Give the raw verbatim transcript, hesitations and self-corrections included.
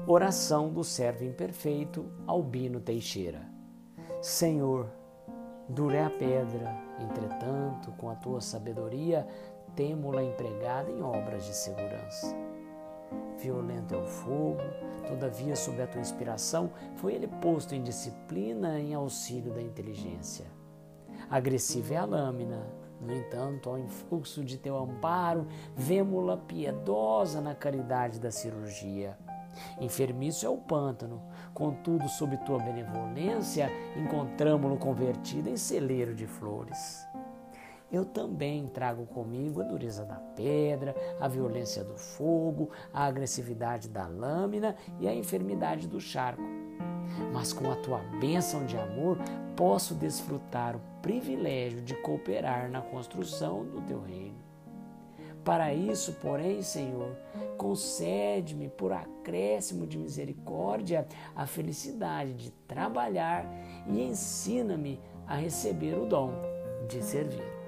Oração do servo imperfeito Albino Teixeira. Senhor, dura é a pedra, entretanto, com a tua sabedoria, temo-la empregada em obras de segurança. Violento é o fogo, todavia, sob a tua inspiração, foi ele posto em disciplina em auxílio da inteligência. Agressiva é a lâmina, no entanto, ao influxo de teu amparo, vemo-la piedosa na caridade da cirurgia. Enfermiço é o pântano, contudo, sob tua benevolência, encontramo-lo convertido em celeiro de flores. Eu também trago comigo a dureza da pedra, a violência do fogo, a agressividade da lâmina e a enfermidade do charco. Mas com a tua bênção de amor, posso desfrutar o privilégio de cooperar na construção do teu reino. Para isso, porém, Senhor, concede-me, por acréscimo de misericórdia, a felicidade de trabalhar e ensina-me a receber o dom de servir.